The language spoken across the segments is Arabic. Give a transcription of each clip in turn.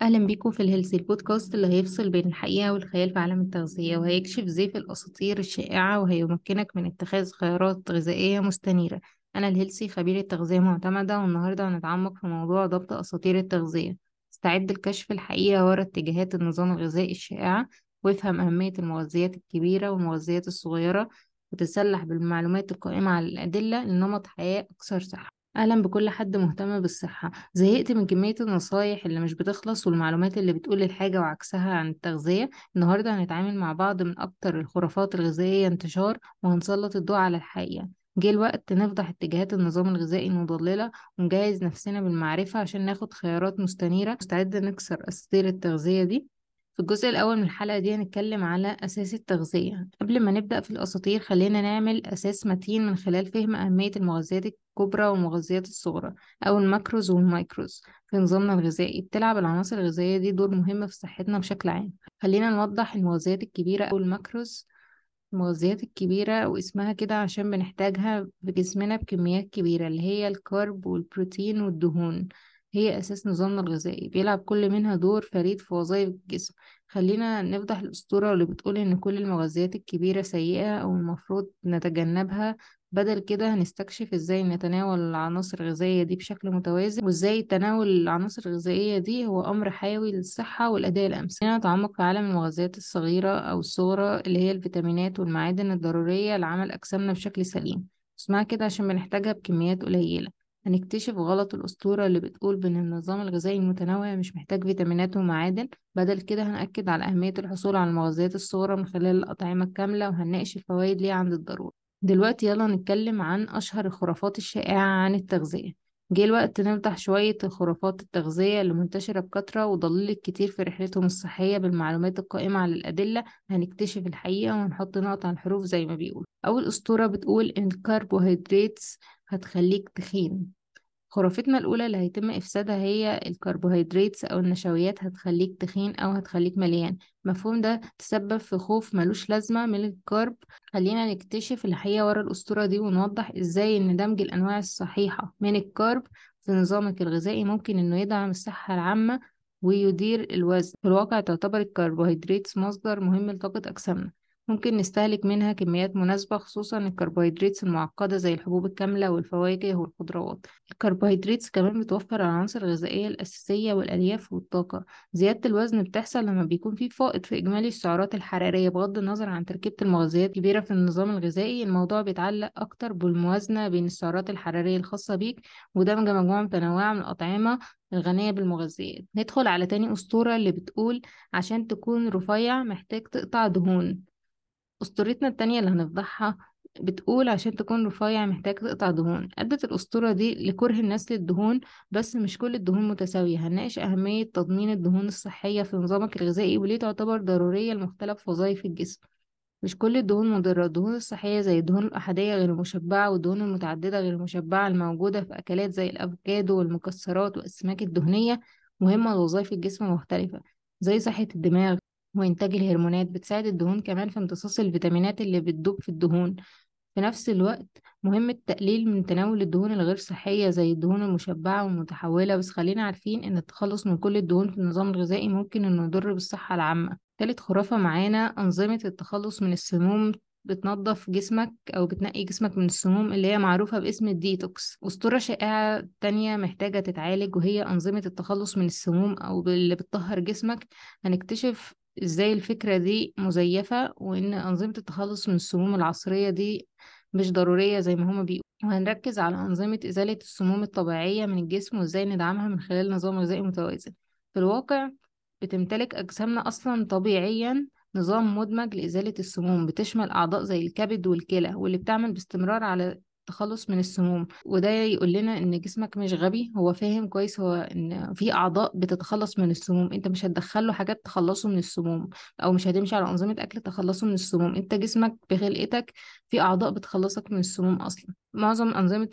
أهلا بيكم في الهيلثي البودكاست اللي هيفصل بين الحقيقة والخيال في عالم التغذية، وهيكشف زيف الأساطير الشائعة وهيمكنك من اتخاذ خيارات غذائية مستنيرة. أنا الهيلثي خبيرة تغذية معتمدة، والنهاردة هنتعمق في موضوع ضبط أساطير التغذية. استعد لكشف الحقيقة ورا اتجاهات النظام الغذائي الشائعة، وافهم أهمية المغذيات الكبيرة والمغذيات الصغيرة، وتسلح بالمعلومات القائمة على الأدلة لنمط حياة أكثر صحة. أهلا بكل حد مهتم بالصحة. زهقت من كمية النصايح اللي مش بتخلص والمعلومات اللي بتقول الحاجة وعكسها عن التغذية؟ النهاردة هنتعامل مع بعض من أكتر الخرافات الغذائية انتشار، وهنسلط الضوء على الحقيقة. جه الوقت نفضح اتجاهات النظام الغذائي المضللة، ونجهز نفسنا بالمعرفة عشان ناخد خيارات مستنيرة. مستعد نكسر أساطير التغذية دي؟ في الجزء الأول من الحلقة دي هنتكلم على أساس التغذية. قبل ما نبدأ في الأساطير، خلينا نعمل أساس متين من خلال فهم أهمية المغذيات الكبرى والمغذيات الصغرى، أو الماكروز والمايكروز. في نظامنا الغذائي بتلعب العناصر الغذائية دي دور مهم في صحتنا بشكل عام. خلينا نوضح المغذيات الكبيرة أو الماكروز. المغذيات الكبيرة واسمها كده عشان بنحتاجها في جسمنا بكميات كبيرة، اللي هي الكارب والبروتين والدهون. هي أساس نظامنا الغذائي، بيلعب كل منها دور فريد في وظائف الجسم. خلينا نفضح الأسطورة اللي بتقول إن كل المغذيات الكبيرة سيئة أو المفروض نتجنبها. بدل كده هنستكشف ازاي نتناول العناصر الغذائية دي بشكل متوازن، وازاي تناول العناصر الغذائية دي هو أمر حيوي للصحة والأداء الأمثل. هنا نتعمق في عالم المغذيات الصغيرة أو الصغرى، اللي هي الفيتامينات والمعادن الضرورية لعمل أجسامنا بشكل سليم. اسمها كده عشان بنحتاجها بكميات قليلة. هنكتشف غلط الأسطورة اللي بتقول بأن النظام الغذائي المتنوع مش محتاج فيتامينات ومعادن. بدل كده هنأكد على أهمية الحصول على المغذيات الصغرى من خلال الأطعمة الكاملة، وهنناقش الفوائد ليها عند الضرورة. دلوقتي يلا نتكلم عن أشهر الخرافات الشائعة عن التغذية. جه الوقت نفتح شوية الخرافات التغذية اللي منتشرة بكثرة وضللت كتير في رحلتهم الصحية بالمعلومات القائمة على الأدلة. هنكتشف الحقيقة ونحط نقط على الحروف زي ما بيقول. أول أسطورة بتقول إن الكربوهيدرات هتخليك تخين. خرافتنا الأولى اللي هيتم إفسادها هي الكربوهيدرات أو النشويات هتخليك تخين أو هتخليك مليان. المفهوم ده تسبب في خوف ملوش لازمة من الكرب. خلينا نكتشف الحقيقة ورا الأسطورة دي، ونوضح إزاي إن دمج الأنواع الصحيحة من الكرب في نظامك الغذائي ممكن إنه يدعم الصحة العامة ويدير الوزن. في الواقع تعتبر الكربوهيدرات مصدر مهم لطاقة أجسامنا، ممكن نستهلك منها كميات مناسبة، خصوصا الكربوهيدرات المعقدة زي الحبوب الكاملة والفواكه والخضروات. الكربوهيدرات كمان بتوفر العناصر الغذائية الأساسية والألياف والطاقة. زيادة الوزن بتحصل لما بيكون في فائض في إجمالي السعرات الحرارية. بغض النظر عن تركيبة المغذيات كبيرة في النظام الغذائي، الموضوع بيتعلق أكتر بالموازنة بين السعرات الحرارية الخاصة بيك ودمج مجموعة متنوعة من الأطعمة الغنية بالمغذيات. ندخل على تاني أسطورة اللي بتقول عشان تكون رفيع محتاج تقطع دهون. أسطورتنا التانية اللي هنفضحها بتقول عشان تكون رفيع محتاج تقطع دهون. أدت الأسطورة دي لكره الناس للدهون، بس مش كل الدهون متساوية. هنناقش أهمية تضمين الدهون الصحية في نظامك الغذائي، وليه تعتبر ضرورية لمختلف وظائف الجسم. مش كل الدهون مضرة. الدهون الصحية زي الدهون الأحادية غير المشبعة والدهون المتعددة غير المشبعة الموجودة في أكلات زي الأفوكادو والمكسرات والأسماك الدهنية مهمة لوظائف الجسم مختلفة، زي صحة الدماغ وإنتاج الهرمونات. بتساعد الدهون كمان في امتصاص الفيتامينات اللي بتدوب في الدهون. في نفس الوقت مهم التقليل من تناول الدهون الغير صحية زي الدهون المشبعة والمتحولة. بس خلينا عارفين إن التخلص من كل الدهون في النظام الغذائي ممكن إنه يضر بالصحة العامة. تالت خرافة معانا أنظمة التخلص من السموم. بتنظف جسمك أو بتنقي جسمك من السموم، اللي هي معروفة باسم الديتوكس. أسطورة شائعة تانية محتاجة تتعالج، وهي أنظمة التخلص من السموم أو اللي بتطهر جسمك. هنكتشف ازاي الفكرة دي مزيفة، وان انظمة التخلص من السموم العصرية دي مش ضرورية زي ما هما بيقولوا. وهنركز على أنظمة إزالة السموم الطبيعية من الجسم، وازاي ندعمها من خلال نظام غذائي متوازن. في الواقع بتمتلك أجسامنا أصلا طبيعيا نظام مدمج لإزالة السموم، بتشمل أعضاء زي الكبد والكلى، واللي بتعمل باستمرار على التخلص من السموم. وده يقول لنا ان جسمك مش غبي، هو فاهم كويس هو ان في اعضاء بتتخلص من السموم. انت مش هتدخله حاجات تخلصه من السموم، او مش هتمشي على انظمة اكل تخلصه من السموم. انت جسمك بخلقتك في اعضاء بتخلصك من السموم اصلا. معظم انظمة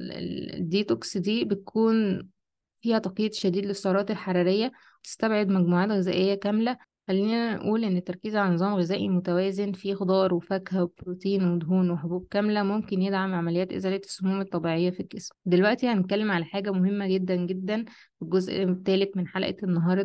الديتوكس دي بتكون فيها تقييد شديد للسعرات الحرارية، تستبعد مجموعات غذائية كاملة. خلينا نقول إن التركيز على نظام غذائي متوازن فيه خضار وفاكهة وبروتين ودهون وحبوب كاملة ممكن يدعم عمليات إزالة السموم الطبيعية في الجسم. دلوقتي هنتكلم على حاجة مهمة جدا جدا في الجزء الثالث من حلقة النهاردة،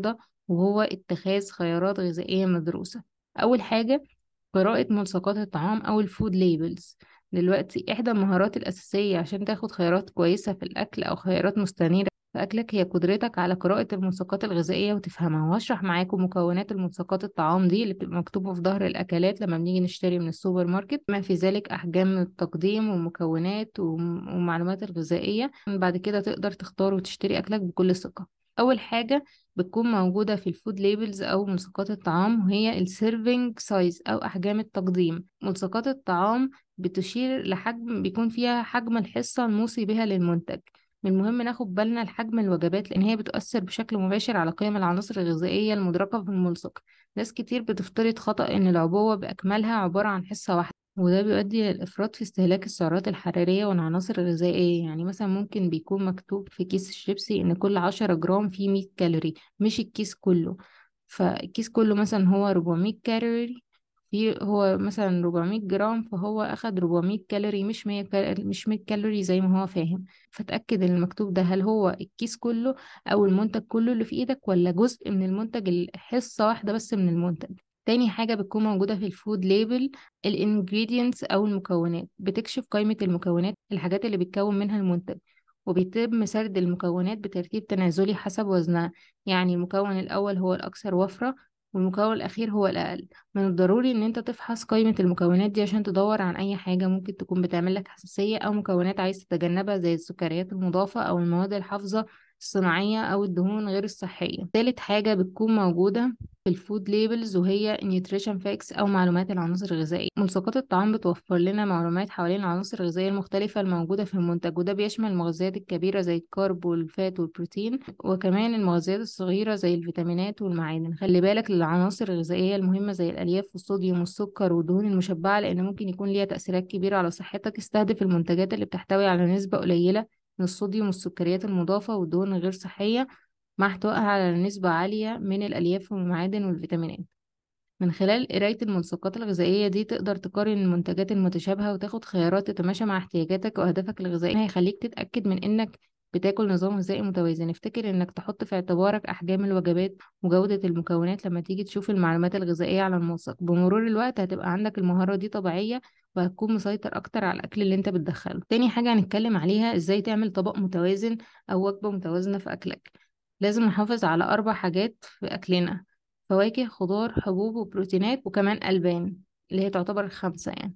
وهو اتخاذ خيارات غذائية مدروسة. أول حاجة، قراءة ملصقات الطعام أو الفود ليبلز. دلوقتي إحدى المهارات الأساسية عشان تاخد خيارات كويسة في الأكل أو خيارات مستنيرة في أكلك هي قدرتك على قراءة الملصقات الغذائية وتفهمها. وهشرح معاكم مكونات الملصقات الطعام دي اللي بتبقى مكتوبة في ظهر الأكلات لما بنيجي نشتري من السوبر ماركت، ما في ذلك أحجام التقديم ومكونات ومعلومات الغذائية. بعد كده تقدر تختار وتشتري أكلك بكل ثقة. أول حاجة بتكون موجودة في الفود ليبلز أو ملصقات الطعام وهي السيرفينج سايز أو أحجام التقديم. ملصقات الطعام بتشير لحجم بيكون فيها حجم الحصة الموصي بها للمنتج. من المهم ناخد بالنا لحجم الوجبات لأن هي بتؤثر بشكل مباشر على قيم العناصر الغذائية المدرجة في الملصق. ناس كتير بتفترض خطأ إن العبوة بأكملها عبارة عن حصة واحدة، وده بيؤدي للإفراط في استهلاك السعرات الحرارية والعناصر الغذائية. يعني مثلا ممكن بيكون مكتوب في كيس الشيبسي إن كل 10 جرام فيه 100 كالوري، مش الكيس كله. فالكيس كله مثلا هو 400 كالوري، في هو مثلا 400 جرام فهو أخد 400 كالوري مش 100 كالوري، مش 100 كالوري زي ما هو فاهم. فتأكد إن المكتوب ده هل هو الكيس كله أو المنتج كله اللي في إيدك، ولا جزء من المنتج، حصة واحدة بس من المنتج. تاني حاجة بتكون موجودة في الفود ليبل الانجريدينتس أو المكونات. بتكشف قائمة المكونات، الحاجات اللي بيتكون منها المنتج، وبيتم سرد المكونات بترتيب تنازلي حسب وزنها. يعني المكون الأول هو الأكثر وفرة والمكون الأخير هو الأقل. من الضروري إن أنت تفحص قائمة المكونات دي عشان تدور عن أي حاجة ممكن تكون بتعمل لك حساسية أو مكونات عايز تتجنبها زي السكريات المضافة أو المواد الحافظة الصناعية أو الدهون غير الصحية. تالت حاجة بتكون موجودة في الفود ليبلز وهي نيوتريشن فاكس أو معلومات العناصر الغذائية. ملصقات الطعام بتوفر لنا معلومات حوالين العناصر الغذائية المختلفة الموجودة في المنتج، وده بيشمل المغذيات الكبيرة زي الكارب والفات والبروتين، وكمان المغذيات الصغيرة زي الفيتامينات والمعادن. خلي بالك للعناصر الغذائية المهمة زي الألياف والصوديوم والسكر والدهون المشبعة لأن ممكن يكون ليها تأثيرات كبيرة على صحتك. استهدف المنتجات اللي بتحتوي على نسبة قليلة من الصوديوم والسكريات المضافة والدهون الغير صحية مع احتوائها على نسبة عالية من الألياف والمعادن والفيتامينات. من خلال قراية الملصقات الغذائية دي تقدر تقارن المنتجات المتشابهة وتاخد خيارات تتماشى مع احتياجاتك وأهدافك الغذائية. هيخليك تتأكد من إنك بتاكل نظام غذائي متوازن. افتكر إنك تحط في اعتبارك أحجام الوجبات وجودة المكونات لما تيجي تشوف المعلومات الغذائية على الملصق. بمرور الوقت هتبقى عندك المهارة دي طبيعية وهتكون مسيطر أكتر على الأكل اللي أنت بتدخله. تاني حاجة هنتكلم عليها إزاي تعمل طبق متوازن أو وجبة متوازنة في أكلك. لازم نحافظ على 4 حاجات في أكلنا: فواكه، خضار، حبوب، وبروتينات، وكمان ألبان اللي هي تعتبر الخمسة يعني.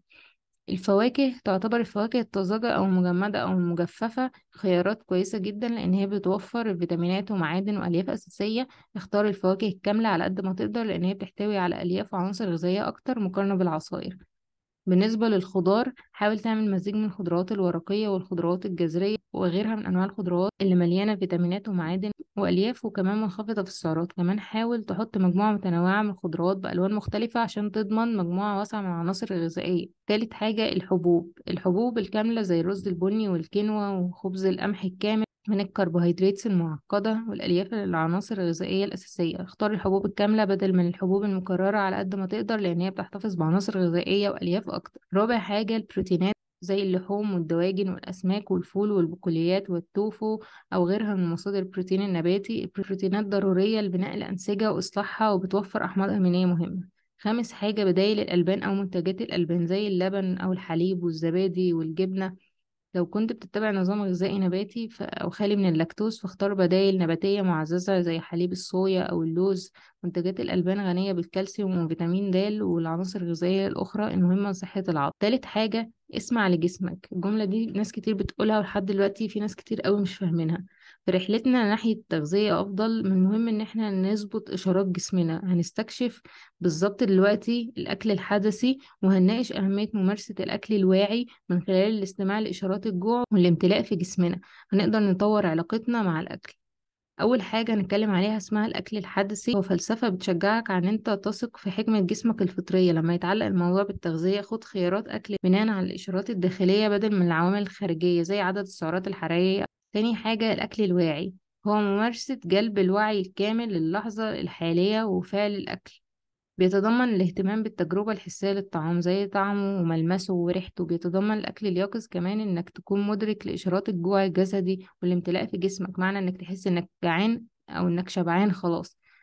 الفواكه الطازجة أو المجمدة أو المجففة خيارات كويسة جدا لأن هي بتوفر فيتامينات ومعادن وألياف أساسية. اختار الفواكه الكاملة على قد ما تقدر لأن هي بتحتوي على ألياف وعناصر غذائية أكتر مقارنة بالعصائر. بالنسبة للخضار حاول تعمل مزيج من الخضروات الورقية والخضروات الجذرية وغيرها من أنواع الخضروات اللي مليانة فيتامينات ومعادن وألياف وكمان منخفضة في السعرات. كمان حاول تحط مجموعة متنوعة من الخضروات بألوان مختلفة عشان تضمن مجموعة واسعة من العناصر الغذائية. تالت حاجة الحبوب الكاملة زي الرز البني والكينوا وخبز القمح الكامل من الكربوهيدرات المعقدة والألياف العناصر الغذائية الأساسية. اختار الحبوب الكاملة بدل من الحبوب المكررة على قد ما تقدر لأن هي بتحتفظ بعناصر غذائية وألياف أكتر. رابع حاجة البروتينات زي اللحوم والدواجن والأسماك والفول والبقوليات والتوفو أو غيرها من مصادر البروتين النباتي. البروتينات ضرورية لبناء الأنسجة وإصلاحها وبتوفر أحماض أمينية مهمة. خامس حاجة بدايل الألبان أو منتجات الألبان زي اللبن أو الحليب والزبادي والجبنة. لو كنت بتتبع نظام غذائي نباتي أو خالي من اللاكتوز فاختار بدائل نباتية معززة زي حليب الصويا أو اللوز. منتجات الألبان غنية بالكالسيوم وفيتامين د والعناصر الغذائية الأخرى المهمة لصحة العظم. تالت حاجة اسمع لجسمك. الجملة دي ناس كتير بتقولها ولحد دلوقتي في ناس كتير قوي مش فاهمينها. في رحلتنا ناحية تغذية أفضل من المهم إن احنا نظبط إشارات جسمنا. هنستكشف بالظبط دلوقتي الأكل الحدثي وهنناقش أهمية ممارسة الأكل الواعي من خلال الاستماع لإشارات الجوع والامتلاء في جسمنا. هنقدر نطور علاقتنا مع الأكل. أول حاجة هنتكلم عليها اسمها الأكل الحدسي. هو فلسفة بتشجعك عن أنت تثق في حكمة جسمك الفطرية. لما يتعلق الموضوع بالتغذية خد خيارات أكل بناء على الإشارات الداخلية بدل من العوامل الخارجية زي عدد السعرات الحرارية. تاني حاجة الأكل الواعي، هو ممارسة جلب الوعي الكامل للحظة الحالية وفعل الأكل. بيتضمن الاهتمام بالتجربة الحسية للطعام زي طعمه وملمسه وريحته. بيتضمن الأكل اليقظ كمان إنك تكون مدرك لإشارات الجوع الجسدي والامتلاء في جسمك، معنى إنك تحس إنك جعان أو إنك شبعان خلاص.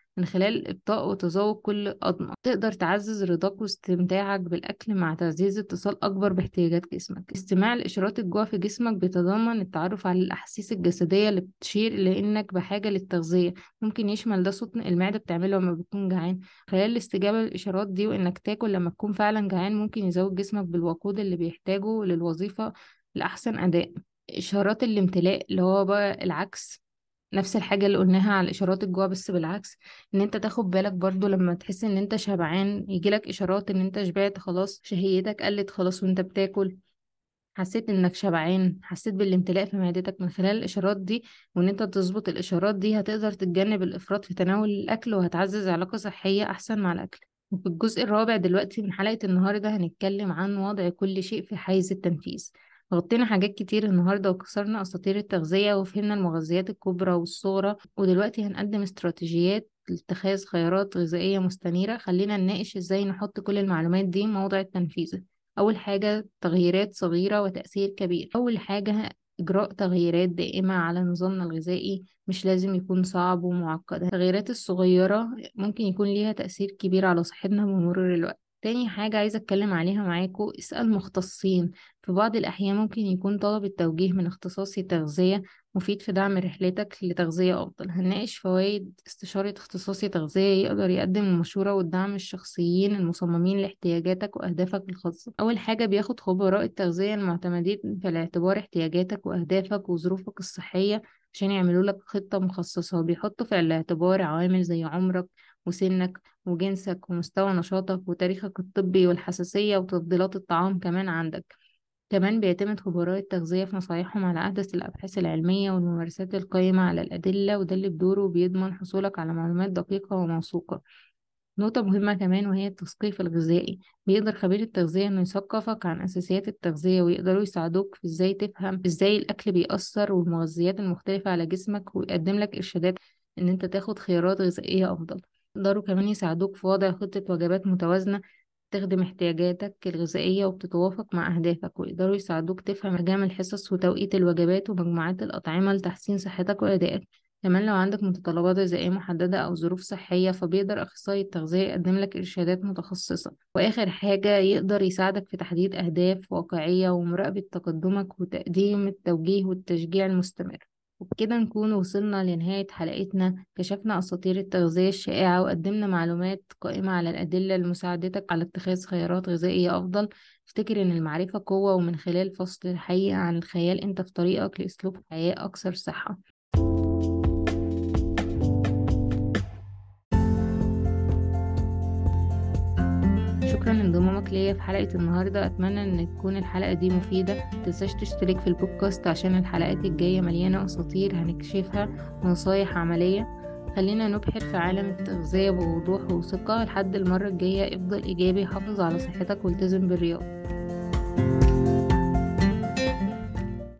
من خلال إبطاء وتذوق كل قطمة. تقدر تعزز رضاك واستمتاعك بالأكل مع تعزيز اتصال أكبر باحتياجات جسمك. استماع لإشارات الجوع في جسمك بيتضمن التعرف على الأحاسيس الجسدية اللي بتشير لأنك بحاجة للتغذية. ممكن يشمل ده صوت المعدة بتعمله لما بتكون جعان. خلال الاستجابة للإشارات دي وإنك تاكل لما تكون فعلا جعان ممكن يزود جسمك بالوقود اللي بيحتاجه للوظيفة لأحسن أداء. إشارات الامتلاء اللي هو بقى العكس، نفس الحاجة اللي قلناها على إشارات الجوع بس بالعكس. إن أنت تاخد بالك برضو لما تحس إن أنت شبعان يجيلك إشارات إن أنت شبعت خلاص، شهيتك قلت خلاص وأنت بتاكل، حسيت إنك شبعان، حسيت بالامتلاء في معدتك من خلال الإشارات دي. وإن أنت تظبط الإشارات دي هتقدر تتجنب الإفراط في تناول الأكل وهتعزز علاقة صحية أحسن مع الأكل. وفي الجزء الرابع دلوقتي من حلقة النهاردة هنتكلم عن وضع كل شيء في حيز التنفيذ. غطينا حاجات كتير النهاردة وكسرنا أساطير التغذية وفهمنا المغذيات الكبرى والصغرى، ودلوقتي هنقدم استراتيجيات لاتخاذ خيارات غذائية مستنيرة. خلينا نناقش ازاي نحط كل المعلومات دي موضع التنفيذ. أول حاجة تغييرات صغيرة وتأثير كبير. أول حاجة إجراء تغييرات دائمة على نظامنا الغذائي، مش لازم يكون صعب ومعقد. التغييرات الصغيرة ممكن يكون ليها تأثير كبير على صحتنا بمرور الوقت. تاني حاجة عايزة أتكلم عليها معاكم، اسأل مختصين. في بعض الأحيان ممكن يكون طلب التوجيه من اختصاصي تغذية مفيد في دعم رحلتك لتغذية أفضل. هنناقش فوائد استشارة اختصاصي تغذية يقدر يقدم المشورة والدعم الشخصيين المصممين لاحتياجاتك وأهدافك الخاصة. أول حاجة بياخد خبراء التغذية المعتمدين في الاعتبار احتياجاتك وأهدافك وظروفك الصحية عشان يعملوا لك خطة مخصصة، وبيحطوا في الاعتبار عوامل زي عمرك وسنك وجنسك ومستوى نشاطك وتاريخك الطبي والحساسية وتفضيلات الطعام كمان عندك. كمان بيعتمد خبراء التغذية في نصايحهم على أحدث الأبحاث العلمية والممارسات القائمة على الأدلة، وده اللي بدوره بيضمن حصولك على معلومات دقيقة وموثوقة. نقطة مهمة كمان وهي التثقيف الغذائي. بيقدر خبير التغذية إنه يثقفك عن أساسيات التغذية ويقدروا يساعدوك في إزاي تفهم إزاي الأكل بيأثر والمغذيات المختلفة على جسمك، ويقدم لك إرشادات إن أنت تاخد خيارات غذائية أفضل. يقدروا كمان يساعدوك في وضع خطة وجبات متوازنة تخدم احتياجاتك الغذائية وبتتوافق مع أهدافك، ويقدروا يساعدوك تفهم أحجام الحصص وتوقيت الوجبات ومجموعات الأطعمة لتحسين صحتك وأدائك. كمان لو عندك متطلبات غذائية محددة أو ظروف صحية فبيقدر أخصائي التغذية يقدم لك إرشادات متخصصة. وآخر حاجة يقدر يساعدك في تحديد أهداف واقعية ومراقبة تقدمك وتقديم التوجيه والتشجيع المستمر. وبكده نكون وصلنا لنهاية حلقتنا، كشفنا أساطير التغذية الشائعة وقدمنا معلومات قائمة على الأدلة لمساعدتك على اتخاذ خيارات غذائية أفضل. افتكر إن المعرفة قوة، ومن خلال فصل الحقيقة عن الخيال أنت في طريقك لأسلوب حياة أكثر صحة. شكرا لانضمامك ليا في حلقة النهاردة. أتمنى أن تكون الحلقة دي مفيدة. متنساش تشترك في البودكاست عشان الحلقات الجاية مليانة أساطير هنكشفها ونصايح عملية. خلينا نبحر في عالم التغذية بوضوح وثقة. لحد المرة الجاية افضل إيجابي، حافظ على صحتك والتزم بالرياضة.